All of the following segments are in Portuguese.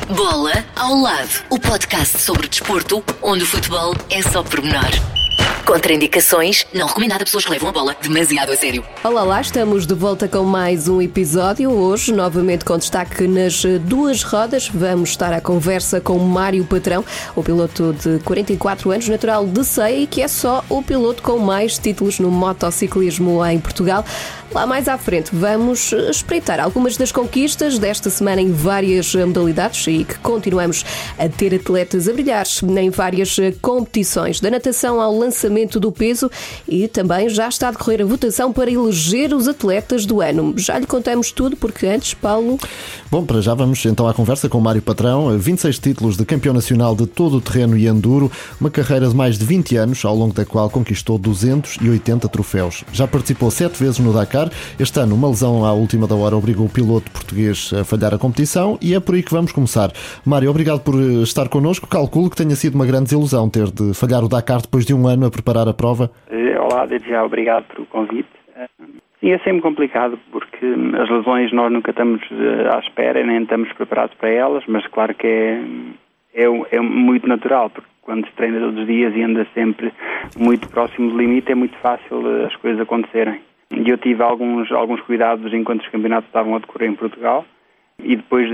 Bola ao lado, o podcast sobre desporto, onde o futebol é só pormenor. Contraindicações, não recomendado a pessoas que levam a bola demasiado a sério. Olá, lá estamos de volta com mais um episódio. Hoje, novamente com destaque nas duas rodas, vamos estar à conversa com Mário Patrão, o piloto de 44 anos, natural de Ceia e que é só o piloto com mais títulos no motociclismo em Portugal. Lá mais à frente vamos espreitar algumas das conquistas desta semana em várias modalidades e que continuamos a ter atletas a brilhar em várias competições, da natação ao lançamento do peso, e também já está a decorrer a votação para eleger os atletas do ano. Já lhe contamos tudo, porque antes, Paulo... Bom, para já vamos então à conversa com Mário Patrão. 26 títulos de campeão nacional de todo o terreno e enduro, uma carreira de mais de 20 anos, ao longo da qual conquistou 280 troféus. Já participou 7 vezes no Dakar. Este ano, uma lesão à última da hora obrigou o piloto português a falhar a competição e é por aí que vamos começar. Mário, obrigado por estar connosco. Calculo que tenha sido uma grande desilusão ter de falhar o Dakar depois de um ano a preparar a prova. Olá, desde já, obrigado pelo convite. Sim, é sempre complicado porque as lesões nós nunca estamos à espera, nem estamos preparados para elas, mas claro que é muito natural, porque quando se treina todos os dias e anda sempre muito próximo do limite é muito fácil as coisas acontecerem. E eu tive alguns cuidados enquanto os campeonatos estavam a decorrer em Portugal e depois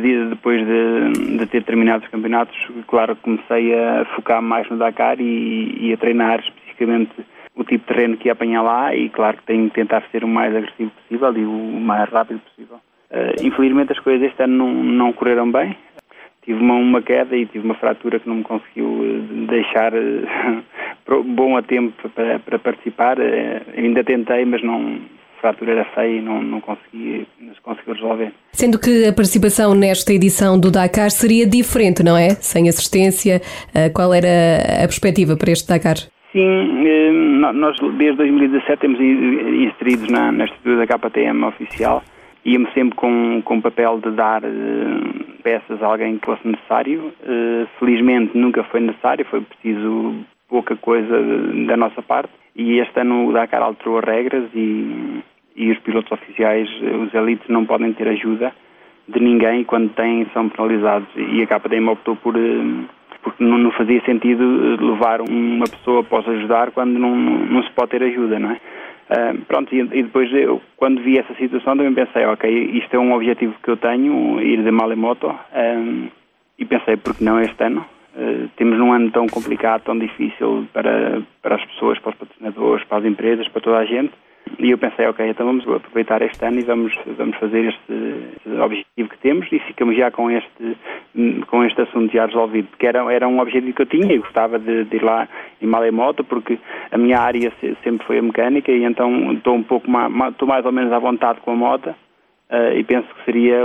de ter terminado os campeonatos, claro, comecei a focar mais no Dakar e a treinar especificamente o tipo de terreno que ia apanhar lá e claro que tenho que tentar ser o mais agressivo possível e o mais rápido possível. Infelizmente as coisas este ano não correram bem. Tive uma queda e tive uma fratura que não me conseguiu deixar bom a tempo para participar. Ainda tentei, mas a fratura era feia e não conseguiu resolver. Sendo que a participação nesta edição do Dakar seria diferente, não é? Sem assistência, qual era a perspectiva para este Dakar? Sim, nós desde 2017 temos inseridos na estrutura da KTM oficial. Íamos sempre com o papel de dar peças a alguém que fosse necessário. Felizmente nunca foi necessário, foi preciso pouca coisa da nossa parte. E este ano o Dakar alterou as regras e os pilotos oficiais, os elites, não podem ter ajuda de ninguém e quando têm são penalizados. E a KTM optou porque não fazia sentido levar uma pessoa para os ajudar quando não se pode ter ajuda, não é? Pronto, e depois eu, quando vi essa situação, também pensei, ok, isto é um objetivo que eu tenho, ir de Malemoto, e pensei, por que não este ano? Temos um ano tão complicado, tão difícil para as pessoas, para os patrocinadores, para as empresas, para toda a gente, e eu pensei, ok, então vamos aproveitar este ano e vamos fazer este objetivo que temos e ficamos já com este assunto já resolvido, porque era um objetivo que eu tinha e gostava de ir lá em Malemoto, porque a minha área sempre foi a mecânica e então estou mais ou menos à vontade com a moto e penso que seria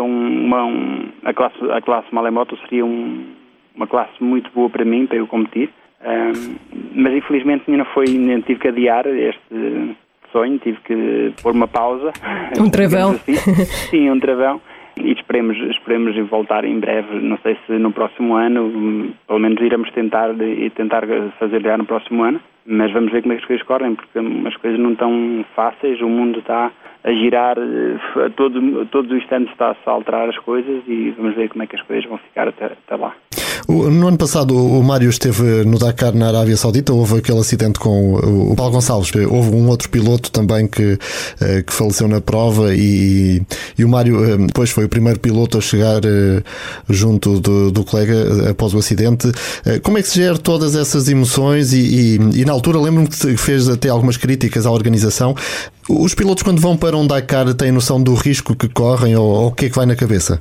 a classe Malemoto seria uma classe muito boa para mim, para eu competir, mas infelizmente ainda tive que adiar este sonho, tive que pôr uma pausa. Um travão. Assim. Sim, um travão. E esperemos voltar em breve, não sei se no próximo ano, pelo menos iremos tentar fazer já no próximo ano, mas vamos ver como é que as coisas correm, porque as coisas não estão fáceis, o mundo está a girar, todos os instantes está-se a alterar as coisas e vamos ver como é que as coisas vão ficar até lá. No ano passado o Mário esteve no Dakar na Arábia Saudita, houve aquele acidente com o Paulo Gonçalves, houve um outro piloto também que faleceu na prova e o Mário depois foi o primeiro piloto a chegar junto do colega após o acidente. Como é que se gera todas essas emoções e na altura lembro-me que fez até algumas críticas à organização. Os pilotos quando vão para um Dakar têm noção do risco que correm ou o que é que vai na cabeça?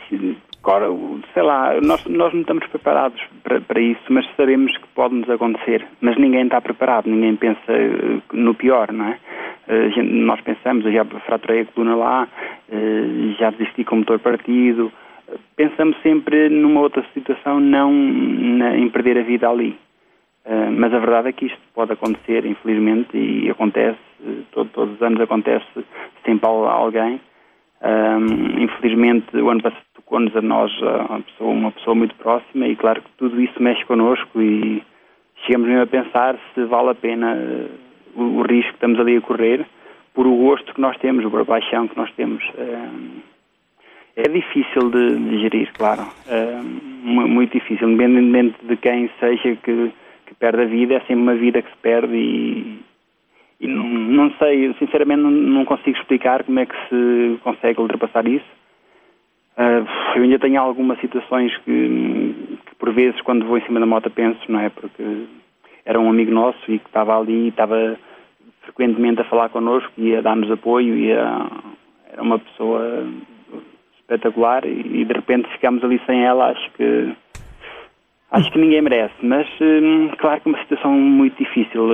Sei lá, nós não estamos preparados para isso, mas sabemos que pode-nos acontecer. Mas ninguém está preparado, ninguém pensa no pior, não é? Nós pensamos, eu já fraturei a coluna lá, já desisti com o motor partido. Pensamos sempre numa outra situação, não em perder a vida ali. Mas a verdade é que isto pode acontecer, infelizmente, e acontece, todos os anos acontece sempre a alguém. Infelizmente, o ano passado tocou-nos a nós uma pessoa muito próxima e claro que tudo isso mexe connosco e chegamos mesmo a pensar se vale a pena o risco que estamos ali a correr por o gosto que nós temos, por a paixão que nós temos. É difícil de gerir, claro. muito difícil, independentemente de quem seja que perde a vida, é sempre uma vida que se perde e não sei, sinceramente não consigo explicar como é que se consegue ultrapassar isso. Eu ainda tenho algumas situações que por vezes quando vou em cima da moto penso, não é? Porque era um amigo nosso e que estava ali, estava frequentemente a falar connosco e a dar-nos apoio e era uma pessoa espetacular e de repente ficámos ali sem ela. Acho que ninguém merece, mas claro que é uma situação muito difícil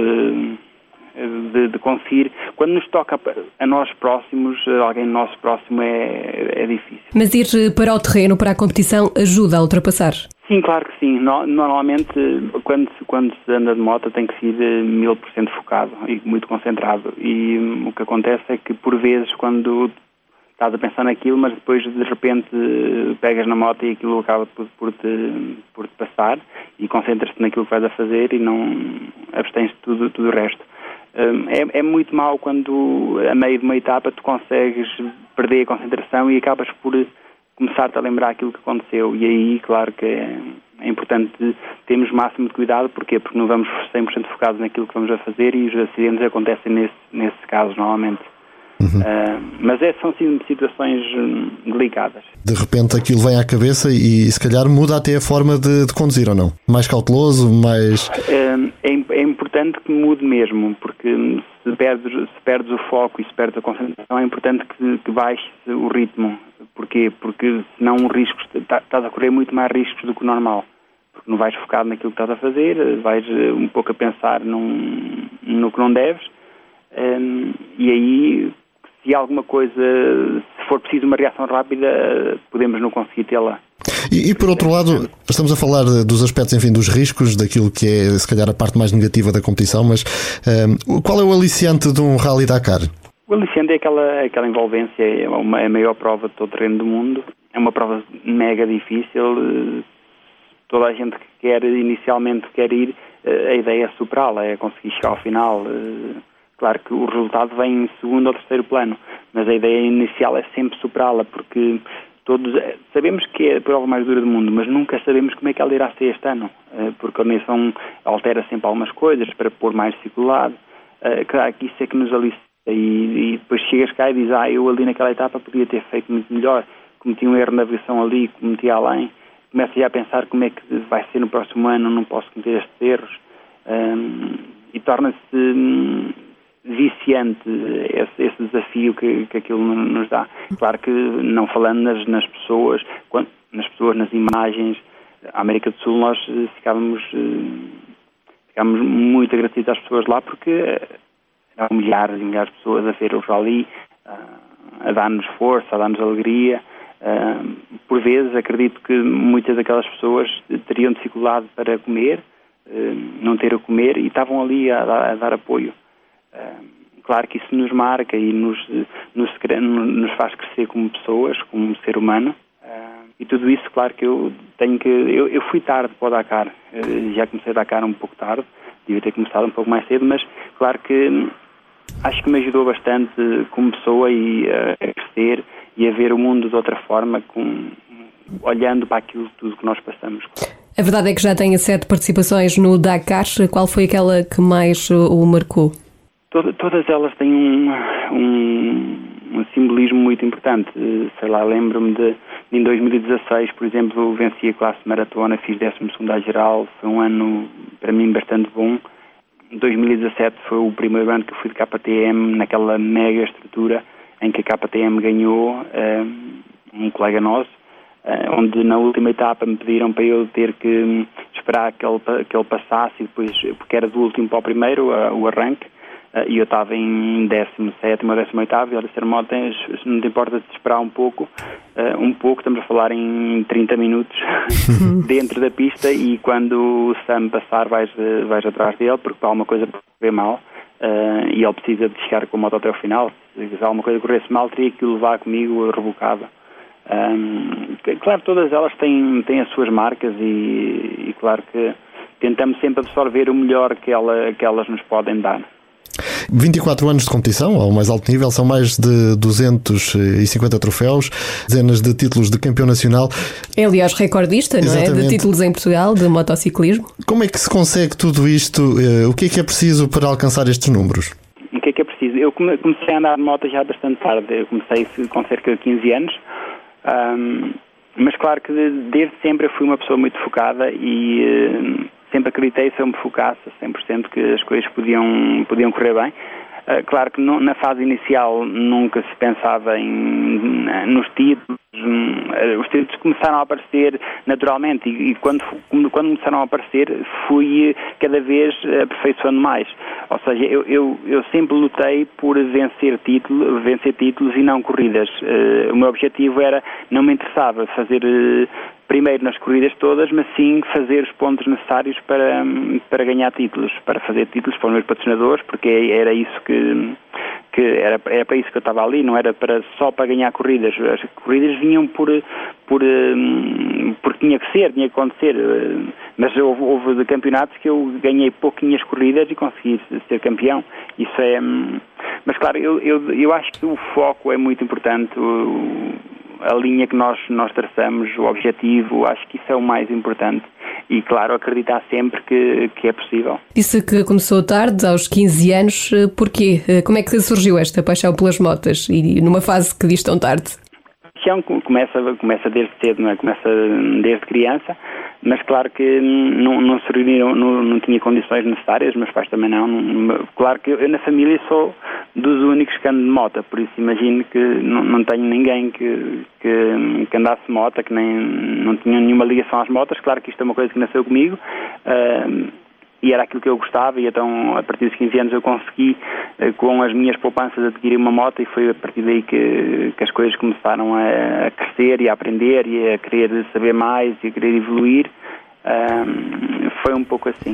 de conseguir. Quando nos toca a nós próximos, alguém nosso próximo é difícil. Mas ir para o terreno, para a competição, ajuda a ultrapassar? Sim, claro que sim. Normalmente, quando se anda de moto, tem que ser 1000% focado e muito concentrado. E o que acontece é que, por vezes, quando estás a pensar naquilo, mas depois, de repente, pegas na moto e aquilo acaba por te passar e concentras-te naquilo que vais a fazer e não abstens de tudo o resto. É muito mau quando, a meio de uma etapa, tu consegues perder a concentração e acabas por começar-te a lembrar aquilo que aconteceu. E aí, claro que é importante termos o máximo de cuidado. Porquê? Porque não vamos 100% focados naquilo que vamos a fazer e os acidentes acontecem nesse caso, normalmente. Mas são situações delicadas. De repente aquilo vem à cabeça e se calhar muda até a forma de conduzir, ou não? Mais cauteloso, mais... É importante que mude mesmo, porque se perdes o foco e se perdes a concentração, é importante que baixe o ritmo. Porquê? Porque senão estás a correr muito mais riscos do que o normal. Porque não vais focado naquilo que estás a fazer, vais um pouco a pensar no que não deves, e aí... Se alguma coisa, se for preciso uma reação rápida, podemos não conseguir tê-la. E por outro lado, estamos a falar dos aspectos, enfim, dos riscos, daquilo que é, se calhar, a parte mais negativa da competição, mas qual é o aliciante de um Rally Dakar? O aliciante é aquela envolvência, é a maior prova de todo o terreno do mundo. É uma prova mega difícil. Toda a gente que inicialmente quer ir, a ideia é superá-la, é conseguir chegar ao final. Claro que o resultado vem em segundo ou terceiro plano, mas a ideia inicial é sempre superá-la, porque todos sabemos que é a prova mais dura do mundo, mas nunca sabemos como é que ela irá ser este ano, porque a organização altera sempre algumas coisas para pôr mais dificuldade. Claro que isso é que nos alicia e depois chegas cá e dizes, eu ali naquela etapa podia ter feito muito melhor, cometi um erro na navegação ali, cometi além, começas já a pensar como é que vai ser no próximo ano, não posso cometer estes erros, e torna-se viciante esse desafio que aquilo nos dá. Claro que não falando nas pessoas, nas imagens, a América do Sul nós ficámos muito agradecidos às pessoas lá porque eram milhares e milhares de pessoas a ver o rally, a dar-nos força, a dar-nos alegria. Por vezes acredito que muitas daquelas pessoas teriam dificuldade para comer, não ter a comer e estavam ali a dar apoio. Claro que isso nos marca e nos faz crescer como pessoas, como ser humano, e tudo isso, claro que eu fui tarde para o Dakar, já comecei a Dakar um pouco tarde, devia ter começado um pouco mais cedo, mas claro que acho que me ajudou bastante como pessoa e a crescer e a ver o mundo de outra forma, olhando para aquilo tudo que nós passamos. A verdade é que já tem 7 participações no Dakar. Qual foi aquela que mais o marcou? Todas elas têm um simbolismo muito importante. Sei lá, lembro-me de em 2016, por exemplo, venci a classe maratona, fiz 12º à geral, foi um ano para mim bastante bom. Em 2017 foi o primeiro ano que eu fui de KTM, naquela mega estrutura em que a KTM ganhou um colega nosso, onde na última etapa me pediram para eu ter que esperar que ele passasse, e depois, porque era do último para o primeiro, o arranque, e eu estava em 17º ou 18º, e olha, ser moto, não te importa de esperar um pouco, estamos a falar em 30 minutos dentro da pista, e quando o Sam passar vais atrás dele, porque alguma coisa pode correr mal, e ele precisa de chegar com a moto até o final. Se alguma coisa corresse mal, teria que o levar comigo rebocado. Claro, todas elas têm as suas marcas e claro que tentamos sempre absorver o melhor que elas nos podem dar. 24 anos de competição, ao mais alto nível, são mais de 250 troféus, dezenas de títulos de campeão nacional. É, aliás, recordista, não é? De títulos em Portugal, de motociclismo. Como é que se consegue tudo isto? O que é preciso para alcançar estes números? O que é preciso? Eu comecei a andar de moto já bastante tarde. Eu comecei com cerca de 15 anos. Mas claro que desde sempre eu fui uma pessoa muito focada e sempre acreditei, se eu me focasse 100% que as coisas podiam correr bem. Claro que na fase inicial nunca se pensava nos títulos. Os títulos começaram a aparecer naturalmente e quando começaram a aparecer fui cada vez aperfeiçoando mais. Ou seja, eu sempre lutei por vencer títulos e não corridas. O meu objetivo não me interessava fazer primeiro nas corridas todas, mas sim fazer os pontos necessários para ganhar títulos, para fazer títulos para os meus patrocinadores, porque era isso que era para isso que eu estava ali, não era só para ganhar corridas. As corridas vinham porque tinha que acontecer, mas houve de campeonatos que eu ganhei pouquinhas corridas e consegui ser campeão. Isso mas claro, eu acho que o foco é muito importante, a linha que nós traçamos, o objetivo, acho que isso é o mais importante. E, claro, acreditar sempre que é possível. Disse que começou tarde, aos 15 anos. Porquê? Como é que surgiu esta paixão pelas motas e numa fase que diz tão tarde? A paixão começa desde cedo, não é? Começa desde criança, mas claro que não tinha condições necessárias, meus pais também não. Claro que eu na família sou dos únicos que ando de moto, por isso imagino que não tenho ninguém que andasse de moto, que não tinha nenhuma ligação às motas. Claro que isto é uma coisa que nasceu comigo e era aquilo que eu gostava, e então a partir dos 15 anos eu consegui, com as minhas poupanças, adquirir uma moto, e foi a partir daí que as coisas começaram a crescer e a aprender e a querer saber mais e a querer evoluir. Foi um pouco assim,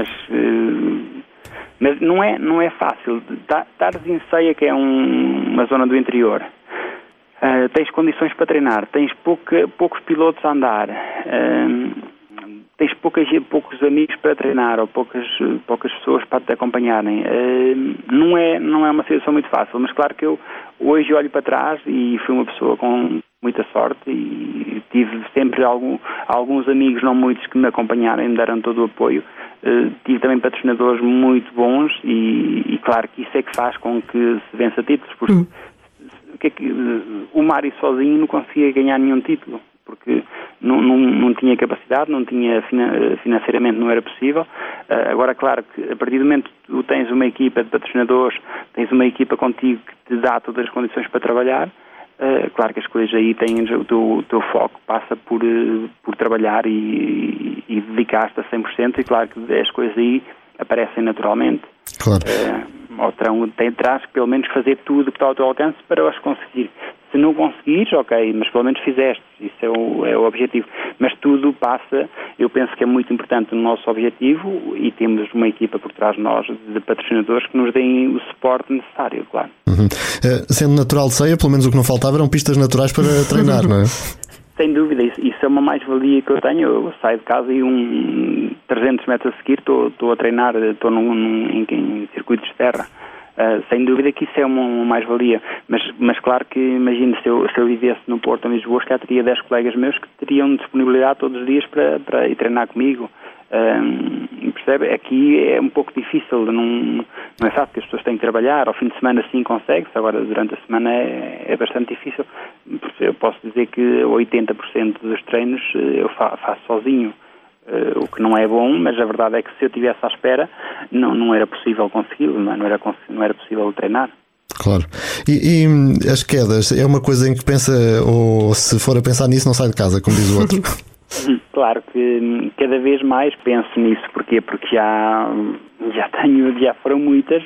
mas não é fácil. Estares em Ceia, que é uma zona do interior, tens condições para treinar, tens poucos pilotos a andar, tens poucos amigos para treinar ou poucas pessoas para te acompanharem. Não é uma situação muito fácil, mas claro que eu hoje olho para trás e fui uma pessoa com muita sorte e tive sempre alguns amigos, não muitos, que me acompanharam e me deram todo o apoio. Tive também patrocinadores muito bons e claro que isso é que faz com que se vença títulos, porque o Mário sozinho não conseguia ganhar nenhum título, porque não tinha capacidade, não tinha financeiramente, não era possível. Agora, claro que a partir do momento que tu tens uma equipa de patrocinadores, tens uma equipa contigo que te dá todas as condições para trabalhar, claro que as coisas aí o teu foco passa por trabalhar e dedicar-te a 100%, e claro que as coisas aí aparecem naturalmente. Claro. Terás que pelo menos fazer tudo o que está ao teu alcance para as conseguir. Se não conseguires, ok, mas pelo menos fizeste. Isso é o objetivo. Mas tudo passa, eu penso que é muito importante no nosso objetivo, e temos uma equipa por trás de nós, de patrocinadores, que nos deem o suporte necessário, claro. Sendo natural de Ceia, pelo menos o que não faltava eram pistas naturais para treinar, não é? Sem dúvida, isso é uma mais-valia que eu tenho. Eu saio de casa e 300 metros a seguir estou a treinar, estou em circuitos de terra. Sem dúvida que isso é uma mais-valia, mas claro que imagino, se eu vivesse no Porto ou em Lisboa, que já teria 10 colegas meus que teriam disponibilidade todos os dias para ir treinar comigo. Percebe? Aqui é um pouco difícil, não é fácil, porque as pessoas têm que trabalhar. Ao fim de semana sim consegue-se, agora durante a semana é bastante difícil. Eu posso dizer que 80% dos treinos eu faço sozinho, o que não é bom, mas a verdade é que se eu estivesse à espera não era possível consegui-lo, não era possível treinar. Claro. E as quedas, é uma coisa em que pensa, ou se for a pensar nisso não sai de casa, como diz o outro? Claro que cada vez mais penso nisso. Porquê? Porque já foram muitas,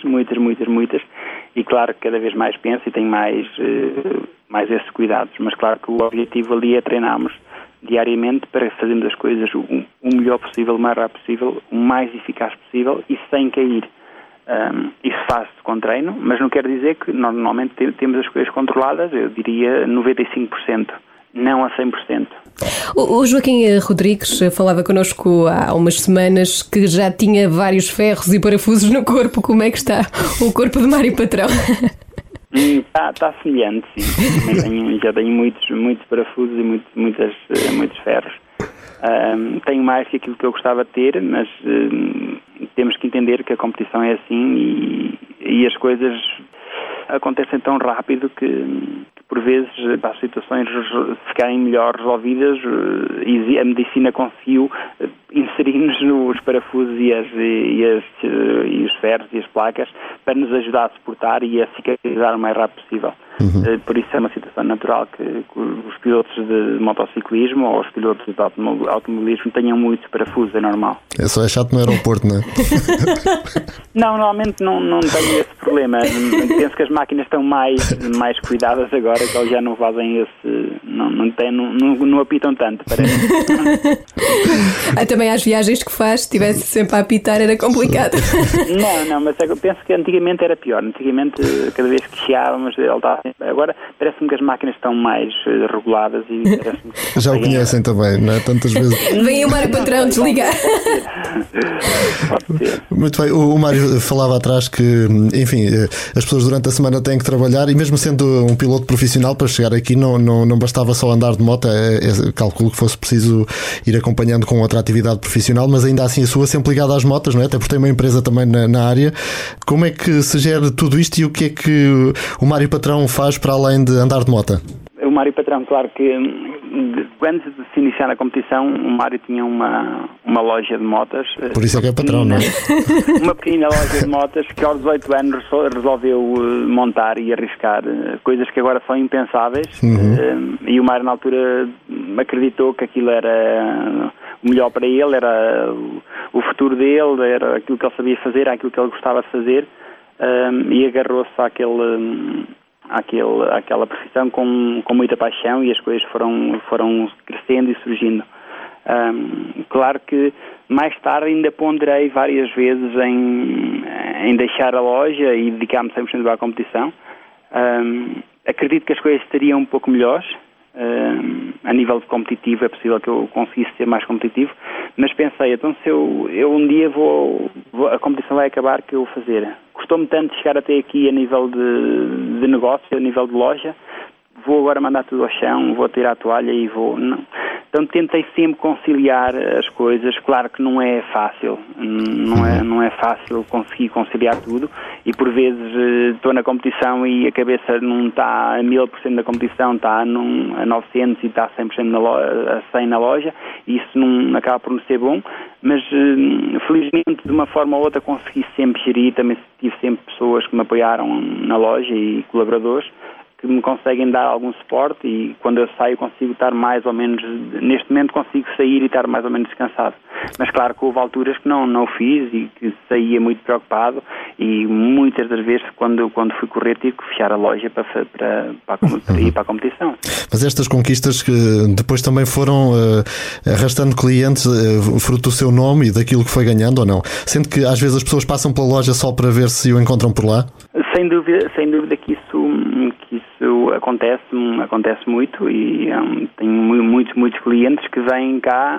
e claro que cada vez mais penso e tenho mais esses cuidados, mas claro que o objetivo ali é treinarmos diariamente para fazermos as coisas o melhor possível, o mais rápido possível, o mais eficaz possível e sem cair. Isso faz-se com treino, mas não quer dizer que normalmente temos as coisas controladas, eu diria 95%. não a 100%. O Joaquim Rodrigues falava connosco há umas semanas que já tinha vários ferros e parafusos no corpo. Como é que está o corpo de Mário Patrão? Está semelhante, sim. Já tenho muitos parafusos e muitos ferros. Tenho mais que aquilo que eu gostava de ter, mas temos que entender que a competição é assim e as coisas acontecem tão rápido que por vezes, para as situações ficarem melhor resolvidas, a medicina conseguiu inserir-nos os parafusos e os ferros e as placas para nos ajudar a suportar e a cicatrizar o mais rápido possível. Por isso é uma situação natural que os pilotos de motociclismo ou os pilotos de automobilismo tenham muitos parafusos, é normal. É só chato no aeroporto, não é? Não, normalmente não tenho esse problema. Penso que as máquinas estão mais cuidadas agora, que eles já não fazem esse... Não apitam tanto, parece. Também às viagens que faz, se estivesse sempre a apitar era complicado. Não, mas eu penso que antigamente era pior. Antigamente, cada vez que chiávamos, ele estava... Agora parece-me que as máquinas estão mais reguladas e parece-me que... Já o conhecem também, não é? Tantas vezes. Vem o Mário Patrão desligar. Pode ser. Muito bem, o Mário falava atrás que, enfim, as pessoas durante a semana têm que trabalhar e mesmo sendo um piloto profissional, para chegar aqui não bastava só andar de moto, calculo que fosse preciso ir acompanhando com outra atividade profissional, mas ainda assim a sua sempre ligada às motas, não é? Até porque tem uma empresa também na área. Como é que se gera tudo isto e o que é que o Mário Patrão faz para além de andar de moto? O Mário Patrão, claro que antes de se iniciar a competição, o Mário tinha uma loja de motas. Por isso é que é patrão, não é? Uma pequena loja de motas que aos 18 anos resolveu montar e arriscar coisas que agora são impensáveis. E o Mário na altura acreditou que aquilo era o melhor para ele, era o futuro dele, era aquilo que ele sabia fazer, era aquilo que ele gostava de fazer, e agarrou-se àquela profissão com muita paixão e as coisas foram crescendo e surgindo. Claro que mais tarde ainda ponderei várias vezes em deixar a loja e dedicar-me 100% à competição. Acredito que as coisas estariam um pouco melhores. A nível de competitivo é possível que eu conseguisse ser mais competitivo, mas pensei, então se eu um dia a competição vai acabar, o que eu vou fazer? Custou-me tanto chegar até aqui a nível de negócio, a nível de loja, vou agora mandar tudo ao chão, vou tirar a toalha e vou... Não. Então tentei sempre conciliar as coisas. Claro que não é fácil, não é fácil conseguir conciliar tudo e por vezes estou na competição e a cabeça não está a 1000% da competição, está a 900 e está a 100% a 100 na loja e isso não acaba por não ser bom, mas felizmente de uma forma ou outra consegui sempre gerir, também tive sempre pessoas que me apoiaram na loja e colaboradores que me conseguem dar algum suporte e quando eu saio consigo estar mais ou menos, neste momento consigo sair e estar mais ou menos descansado. Mas claro que houve alturas que não o fiz e que saía muito preocupado e muitas das vezes quando fui correr tive que fechar a loja para ir para a competição. Mas estas conquistas que depois também foram arrastando clientes fruto do seu nome e daquilo que foi ganhando ou não? Sendo que às vezes as pessoas passam pela loja só para ver se o encontram por lá? Sem dúvida que isso acontece muito e tenho muitos clientes que vêm cá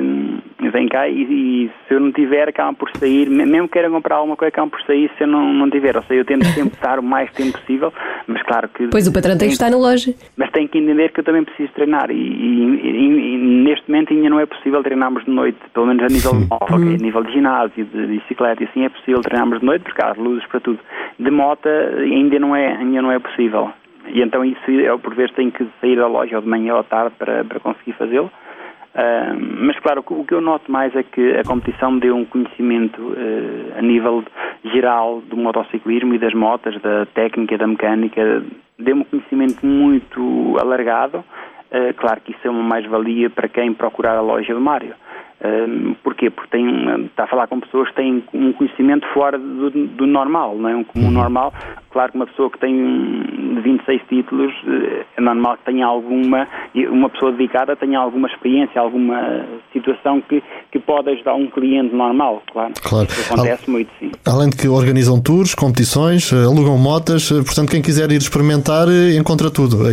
e se eu não tiver acabam por sair, mesmo que queiram comprar alguma coisa acabam por sair se eu não tiver, ou seja, eu tento sempre estar o mais tempo possível, mas claro que... Pois o patrão tem que estar na loja. Mas tem que entender que eu também preciso treinar e neste momento ainda não é possível treinarmos de noite, pelo menos a nível a nível de ginásio, de bicicleta e assim é possível treinarmos de noite porque há luzes para tudo. De moto ainda não é possível. E então isso eu por vezes tenho que sair da loja ou de manhã ou à tarde para conseguir fazê-lo. Mas claro, o que eu noto mais é que a competição me deu um conhecimento a nível geral do motociclismo e das motas, da técnica, da mecânica, deu-me um conhecimento muito alargado. Claro que isso é uma mais-valia para quem procurar a loja do Mário. Porquê? Porque está a falar com pessoas que têm um conhecimento fora do normal, não é? Um comum normal. Claro que uma pessoa que tem 26 títulos é normal que tenha uma pessoa dedicada tenha alguma experiência, alguma situação que pode ajudar um cliente normal, claro. Isso acontece muito, sim. Além de que organizam tours, competições, alugam motas, portanto quem quiser ir experimentar encontra tudo aí.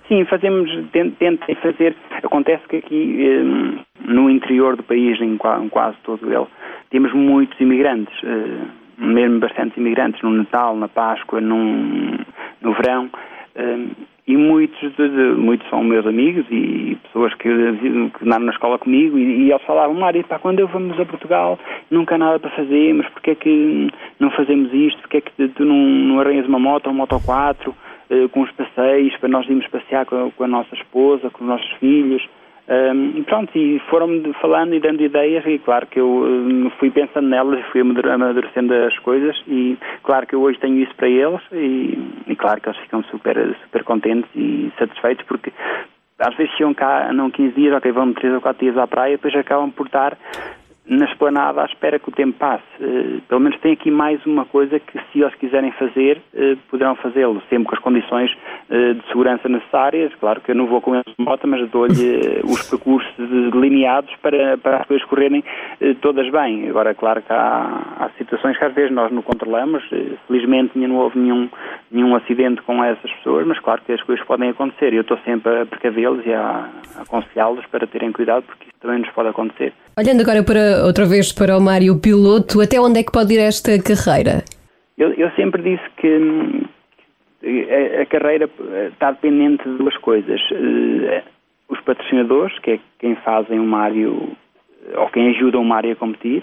Sim, tentem fazer. Acontece que aqui no interior do país, em quase todo ele, temos muitos imigrantes, mesmo bastantes imigrantes, no Natal, na Páscoa, no verão, e muitos são meus amigos e pessoas que andaram na escola comigo e eles falavam: Mário, quando eu vamos a Portugal nunca há nada para fazer, mas porque é que não fazemos isto? Porque é que tu não arranjas uma moto ou uma Moto 4 com os passeios para nós irmos passear com a nossa esposa, com os nossos filhos? E pronto, e foram-me falando e dando ideias, e claro que eu fui pensando nelas e fui amadurecendo as coisas, e claro que eu hoje tenho isso para eles, e claro que eles ficam super contentes e satisfeitos, porque às vezes chegam cá, andam 15 dias, ok, vão 3 ou 4 dias à praia, depois acabam por estar na esplanada à espera que o tempo passe. Pelo menos tem aqui mais uma coisa que, se eles quiserem fazer, poderão fazê-lo, sempre com as condições de segurança necessárias. Claro que eu não vou com eles de moto, mas dou-lhe os percursos delineados para as coisas correrem todas bem. Agora, claro que há situações que às vezes nós não controlamos. Felizmente não houve nenhum acidente com essas pessoas, mas claro que as coisas podem acontecer. Eu estou sempre a precavê-los e a aconselhá-los para terem cuidado, porque isso também nos pode acontecer. Olhando agora outra vez para o Mário piloto, até onde é que pode ir esta carreira? Eu sempre disse que a carreira está dependente de duas coisas. Os patrocinadores, que é quem fazem o Mário, ou quem ajudam o Mário a competir,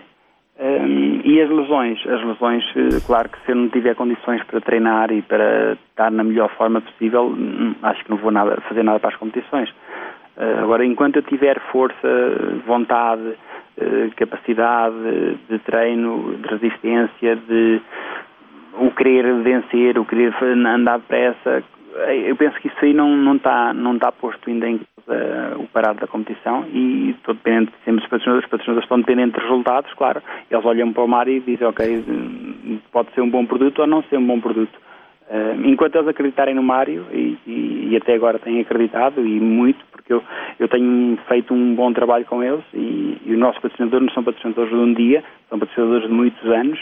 e as lesões. As lesões, claro que se eu não tiver condições para treinar e para estar na melhor forma possível, acho que não vou fazer nada para as competições. Agora, enquanto eu tiver força, vontade, capacidade de treino, de resistência, de o querer vencer, o querer andar depressa, eu penso que isso aí não está posto ainda em causa o parar da competição, e estou dependente sempre dos patrocinadores. Os patrocinadores estão dependentes de resultados, claro. Eles olham para o Mário e dizem: ok, pode ser um bom produto ou não ser um bom produto. Enquanto eles acreditarem no Mário, e até agora têm acreditado, e muito, porque eu tenho feito um bom trabalho com eles, e os nossos patrocinadores não são patrocinadores de um dia, são patrocinadores de muitos anos.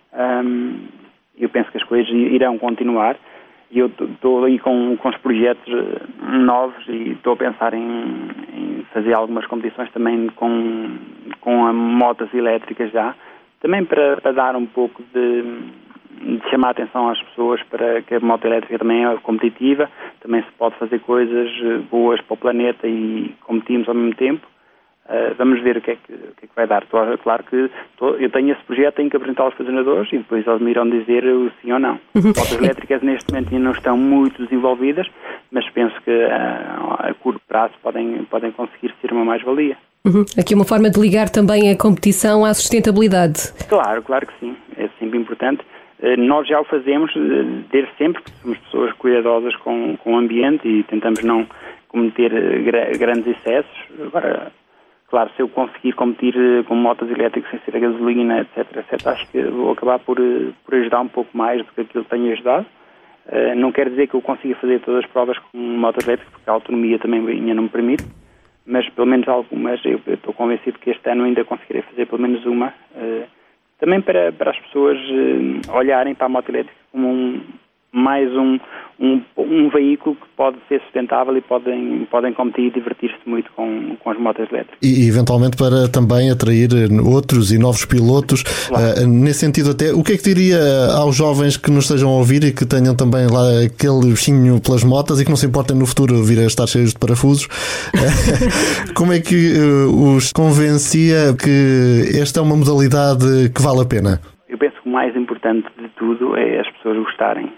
Eu penso que as coisas irão continuar, e eu estou aí com os projetos novos, e estou a pensar em fazer algumas competições também com motas elétricas já, também para dar um pouco de chamar a atenção às pessoas para que a moto elétrica também é competitiva, também se pode fazer coisas boas para o planeta e competimos ao mesmo tempo. Vamos ver o que é que vai dar. Claro que eu tenho esse projeto, tenho que apresentar aos patrocinadores e depois eles me irão dizer o sim ou não. Motas elétricas neste momento ainda não estão muito desenvolvidas, mas penso que a curto prazo podem conseguir ser uma mais-valia. Aqui uma forma de ligar também a competição à sustentabilidade. Claro que sim. É sempre importante. Nós já o fazemos desde sempre, porque somos pessoas cuidadosas com o ambiente e tentamos não cometer grandes excessos. Agora, claro, se eu conseguir competir com motas elétricas sem ser a gasolina, etc., acho que vou acabar por ajudar um pouco mais do que aquilo que tenho ajudado. Não quer dizer que eu consiga fazer todas as provas com motas elétricas, porque a autonomia também ainda não me permite, mas pelo menos algumas eu estou convencido que este ano ainda conseguirei fazer pelo menos uma, também para as pessoas olharem para a moto elétrica como mais um veículo que pode ser sustentável e podem competir e divertir-se muito com as motas elétricas. E eventualmente para também atrair outros e novos pilotos. Claro. Nesse sentido, até, o que é que diria aos jovens que nos estejam a ouvir e que tenham também lá aquele bichinho pelas motas e que não se importem no futuro vir a estar cheios de parafusos? Como é que os convencia que esta é uma modalidade que vale a pena? Eu penso que o mais importante de tudo é as pessoas gostarem.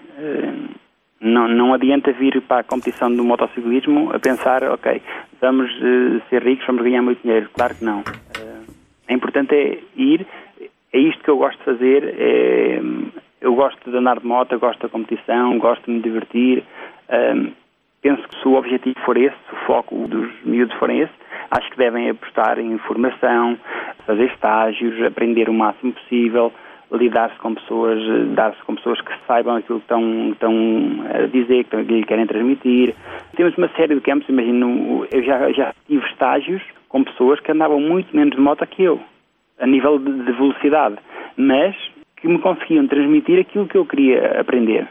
Não adianta vir para a competição do motociclismo a pensar: ok, vamos ser ricos, vamos ganhar muito dinheiro. Claro que não. É importante ir, é isto que eu gosto de fazer, eu gosto de andar de moto, eu gosto da competição, gosto de me divertir. Penso que se o objetivo for esse, se o foco dos miúdos for esse, acho que devem apostar em formação, fazer estágios, aprender o máximo possível, lidar-se com pessoas, dar-se com pessoas que saibam aquilo que estão a dizer, que lhe querem transmitir. Temos uma série de campos, imagino, eu já tive estágios com pessoas que andavam muito menos de moto que eu, a nível de velocidade, mas que me conseguiam transmitir aquilo que eu queria aprender.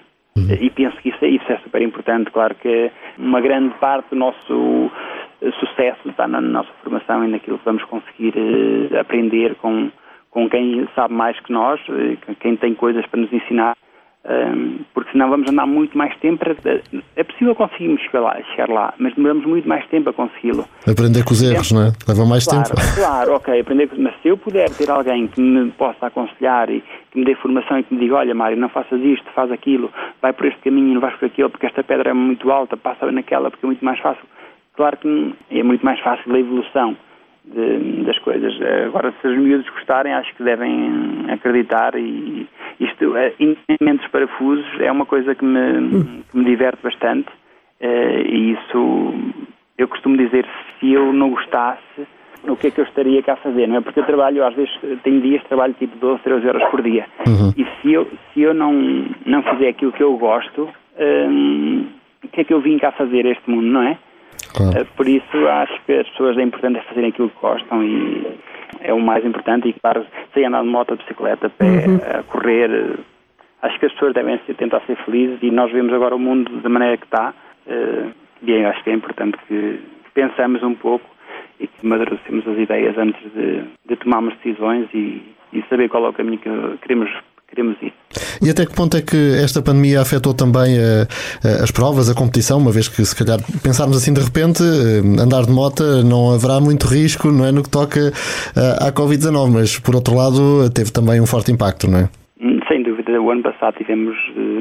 E penso que isso é super importante. Claro que uma grande parte do nosso sucesso está na nossa formação e naquilo que vamos conseguir aprender com quem sabe mais que nós, quem tem coisas para nos ensinar, porque senão vamos andar muito mais tempo. É possível conseguirmos chegar lá, mas demoramos muito mais tempo a consegui-lo. Aprender com os erros, não é? Leva mais tempo. Claro, ok, mas se eu puder ter alguém que me possa aconselhar e que me dê formação e que me diga, olha Mário, não faças isto, faz aquilo, vai por este caminho, não vais por aquele, porque esta pedra é muito alta, passa naquela porque é muito mais fácil. Claro que é muito mais fácil a evolução das coisas. Agora, se os miúdos gostarem, acho que devem acreditar, e isto, independentemente dos parafusos, é uma coisa que me diverte bastante, e isso, eu costumo dizer, se eu não gostasse, o que é que eu estaria cá a fazer, não é? Porque eu trabalho, às vezes, tenho dias que trabalho tipo 12, 13 horas por dia, e se eu não fizer aquilo que eu gosto, o que é que eu vim cá fazer a este mundo, não é? Claro. Por isso acho que as pessoas é importante fazerem aquilo que gostam, e é o mais importante. E claro, sem andar de moto, de bicicleta, a pé, a correr, acho que as pessoas devem tentar ser felizes, e nós vemos agora o mundo da maneira que está, e acho que é importante que pensamos um pouco e que amadurecemos as ideias antes de tomarmos decisões e saber qual é o caminho que queremos ir. E até que ponto é que esta pandemia afetou também as provas, a competição, uma vez que, se calhar, pensarmos assim de repente, andar de moto não haverá muito risco, não é, no que toca à Covid-19, mas por outro lado teve também um forte impacto, não é? Sem dúvida. O ano passado tivemos,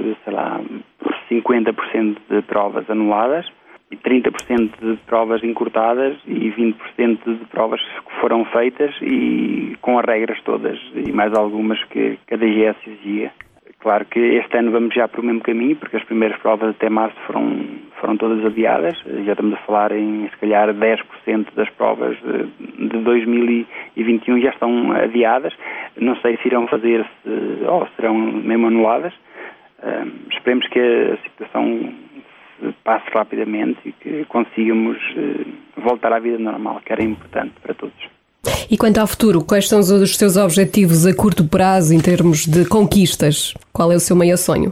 50% de provas anuladas, e 30% de provas encurtadas e 20% de provas que foram feitas e com as regras todas e mais algumas que a DGS exigia. Claro que este ano vamos já para o mesmo caminho, porque as primeiras provas até março foram todas adiadas. Já estamos a falar em, se calhar, 10% das provas de 2021 já estão adiadas. Não sei se irão fazer-se ou serão mesmo anuladas. Esperemos que a situação passe rapidamente e que consigamos voltar à vida normal, que era importante para todos. E quanto ao futuro, quais são os seus objetivos a curto prazo em termos de conquistas? Qual é o seu maior sonho?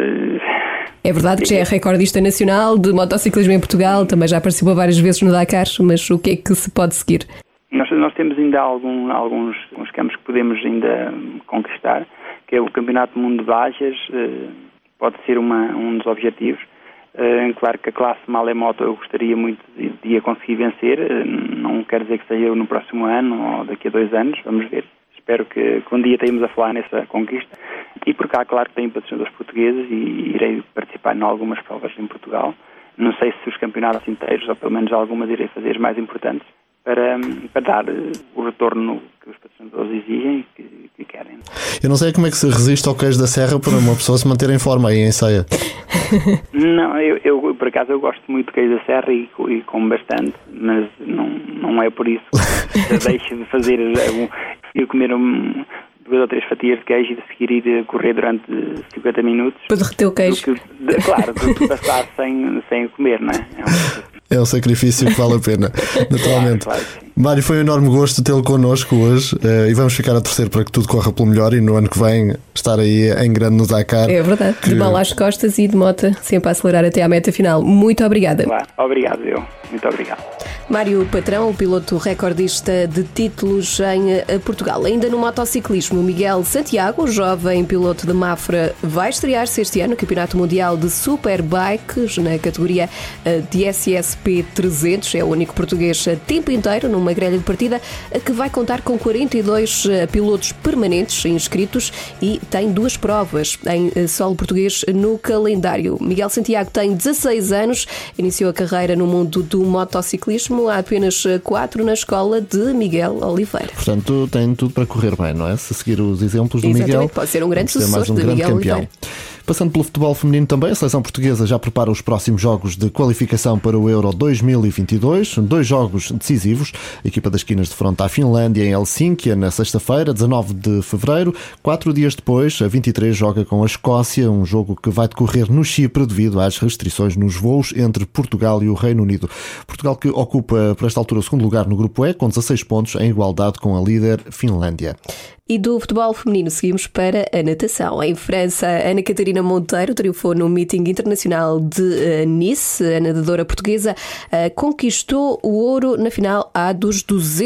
É verdade que já é recordista nacional de motociclismo em Portugal, também já participou várias vezes no Dakar, mas o que é que se pode seguir? Nós temos ainda alguns campos que podemos ainda conquistar, que é o Campeonato do Mundo de Bajas, pode ser um dos objetivos. Claro que a classe Malemoto eu gostaria muito de a conseguir vencer, não quero dizer que seja no próximo ano ou daqui a 2 anos, vamos ver. Espero que um dia tenhamos a falar nessa conquista. E por cá, claro que tenho patrocinadores portugueses e irei participar em algumas provas em Portugal. Não sei se os campeonatos inteiros, ou pelo menos algumas irei fazer as mais importantes, para dar o retorno que os patrocinadores exigem e que querem. Eu não sei como é que se resiste ao queijo da serra para uma pessoa se manter em forma aí em Ceia. Não, eu por acaso eu gosto muito de queijo da serra e como bastante, mas não é por isso. Eu deixo de fazer eu comer 2 ou 3 fatias de queijo e de seguir ir correr durante 50 minutos. Para derreter o queijo. Claro, de passar sem comer, não é? É um sacrifício que vale a pena, naturalmente. Claro, Mário, foi um enorme gosto tê-lo connosco hoje e vamos ficar a torcer para que tudo corra pelo melhor e no ano que vem estar aí em grande no Dakar. É verdade, de mão às costas e de moto sempre a acelerar até à meta final. Muito obrigada. Claro, obrigado eu. Muito obrigado. Mário Patrão, o piloto recordista de títulos em Portugal. Ainda no motociclismo, Miguel Santiago, jovem piloto de Mafra, vai estrear-se este ano no Campeonato Mundial de Superbikes na categoria de SSP 300. É o único português a tempo inteiro numa grelha de partida que vai contar com 42 pilotos permanentes inscritos e tem 2 provas em solo português no calendário. Miguel Santiago tem 16 anos, iniciou a carreira no mundo do motociclismo há apenas 4 na escola de Miguel Oliveira. Portanto, tem tudo para correr bem, não é? Se seguir os exemplos do Miguel, pode ser um grande sucessor mais um de grande Miguel campeão. Oliveira. Passando pelo futebol feminino também, a seleção portuguesa já prepara os próximos jogos de qualificação para o Euro 2022. 2 jogos decisivos. A equipa das Quinas defronta a Finlândia em Helsínquia na sexta-feira, 19 de fevereiro. 4 dias depois, a 23 joga com a Escócia, um jogo que vai decorrer no Chipre devido às restrições nos voos entre Portugal e o Reino Unido. Portugal que ocupa, por esta altura, o 2º lugar no Grupo E, com 16 pontos, em igualdade com a líder Finlândia. E do futebol feminino seguimos para a natação. Em França, Ana Catarina Monteiro triunfou no meeting internacional de Nice. A nadadora portuguesa conquistou o ouro na final dos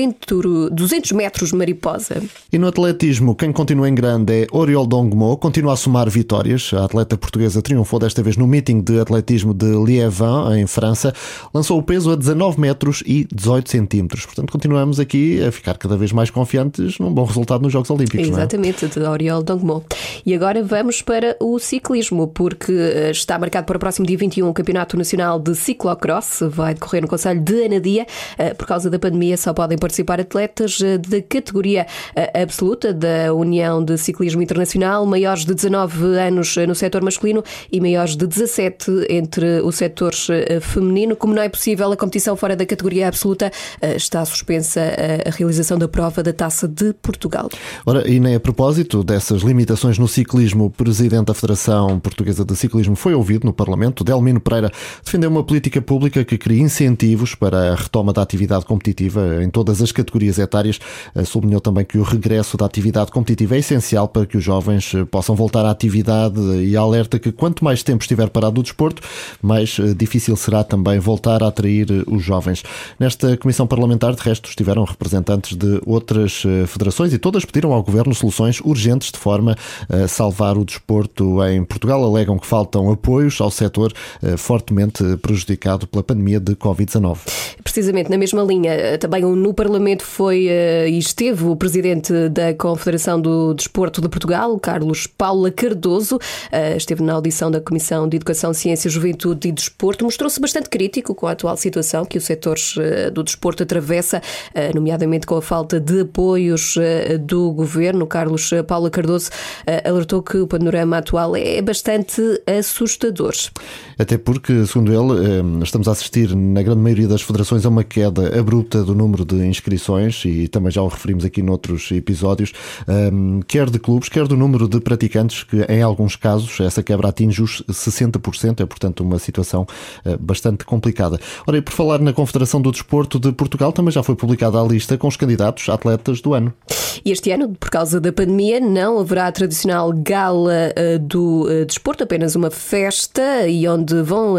200 metros mariposa. E no atletismo, quem continua em grande é Oriol Dongmo, continua a somar vitórias. A atleta portuguesa triunfou desta vez no meeting de atletismo de Liévin, em França. Lançou o peso a 19 metros e 18 centímetros. Portanto, continuamos aqui a ficar cada vez mais confiantes num bom resultado nos Jogos Olímpicos. Exatamente, de Oriol Dongmo. E agora vamos para o ciclismo, porque está marcado para o próximo dia 21 o Campeonato Nacional de Ciclocross. Vai decorrer no concelho de Anadia. Por causa da pandemia só podem participar atletas da categoria absoluta da União de Ciclismo Internacional, maiores de 19 anos no setor masculino e maiores de 17 entre o setor feminino. Como não é possível a competição fora da categoria absoluta, está suspensa a realização da prova da Taça de Portugal. Ora, e nem a propósito dessas limitações no ciclismo, o Presidente da Federação Portuguesa de Ciclismo foi ouvido no Parlamento. Delmino Pereira defendeu uma política pública que cria incentivos para a retoma da atividade competitiva em todas as categorias etárias. Sublinhou também que o regresso da atividade competitiva é essencial para que os jovens possam voltar à atividade e alerta que quanto mais tempo estiver parado o desporto, mais difícil será também voltar a atrair os jovens. Nesta comissão parlamentar, de resto, estiveram representantes de outras federações e todas pediram ao Governo soluções urgentes de forma a salvar o desporto em Portugal. Alegam que faltam apoios ao setor fortemente prejudicado pela pandemia de Covid-19. Precisamente na mesma linha, também no Parlamento foi e esteve o Presidente da Confederação do Desporto de Portugal, Carlos Paula Cardoso. Esteve na audição da Comissão de Educação, Ciência, Juventude e Desporto. Mostrou-se bastante crítico com a atual situação que o setor do desporto atravessa, nomeadamente com a falta de apoios do Governo. Carlos Paula Cardoso alertou que o panorama atual é bastante assustador. Até porque, segundo ele, estamos a assistir na grande maioria das federações a uma queda abrupta do número de inscrições e também já o referimos aqui noutros episódios, quer de clubes, quer do número de praticantes, que em alguns casos essa quebra atinge os 60%, é portanto uma situação bastante complicada. Ora, e por falar na Confederação do Desporto de Portugal, também já foi publicada a lista com os candidatos a atletas do ano. E este ano, por causa da pandemia, não haverá a tradicional gala do desporto, apenas uma festa e onde vão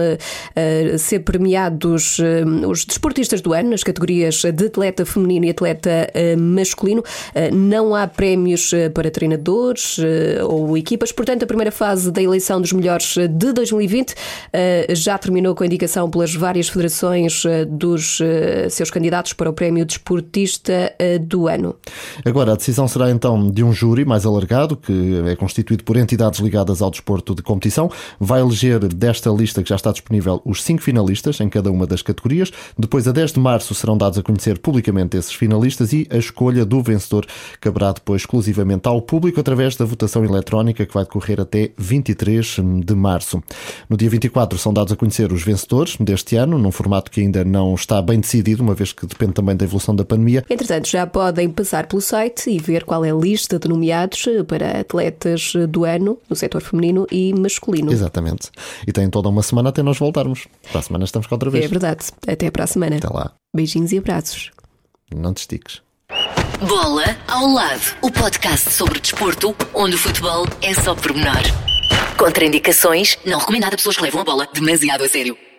ser premiados os desportistas do ano nas categorias de atleta feminino e atleta masculino. Não há prémios para treinadores ou equipas, portanto a primeira fase da eleição dos melhores de 2020 já terminou com a indicação pelas várias federações dos seus candidatos para o prémio desportista do ano. Agora, a decisão será então de um júri mais alargado, que é constituído por entidades ligadas ao desporto de competição. Vai eleger desta lista que já está disponível os 5 finalistas em cada uma das categorias. Depois, a 10 de março, serão dados a conhecer publicamente esses finalistas e a escolha do vencedor caberá depois exclusivamente ao público através da votação eletrónica que vai decorrer até 23 de março. No dia 24 são dados a conhecer os vencedores deste ano, num formato que ainda não está bem decidido, uma vez que depende também da evolução da pandemia. Entretanto, já podem passar pelo site e ver qual é a lista de nomeados para atletas do ano no setor feminino e masculino. Exatamente. E tem toda uma semana até nós voltarmos. Para a semana estamos cá outra vez. É verdade. Até para a semana. Até lá. Beijinhos e abraços. Não te estiques. Bola ao lado, o podcast sobre desporto, onde o futebol é só pormenor. Contraindicações, não recomendado a pessoas que levam a bola demasiado a sério.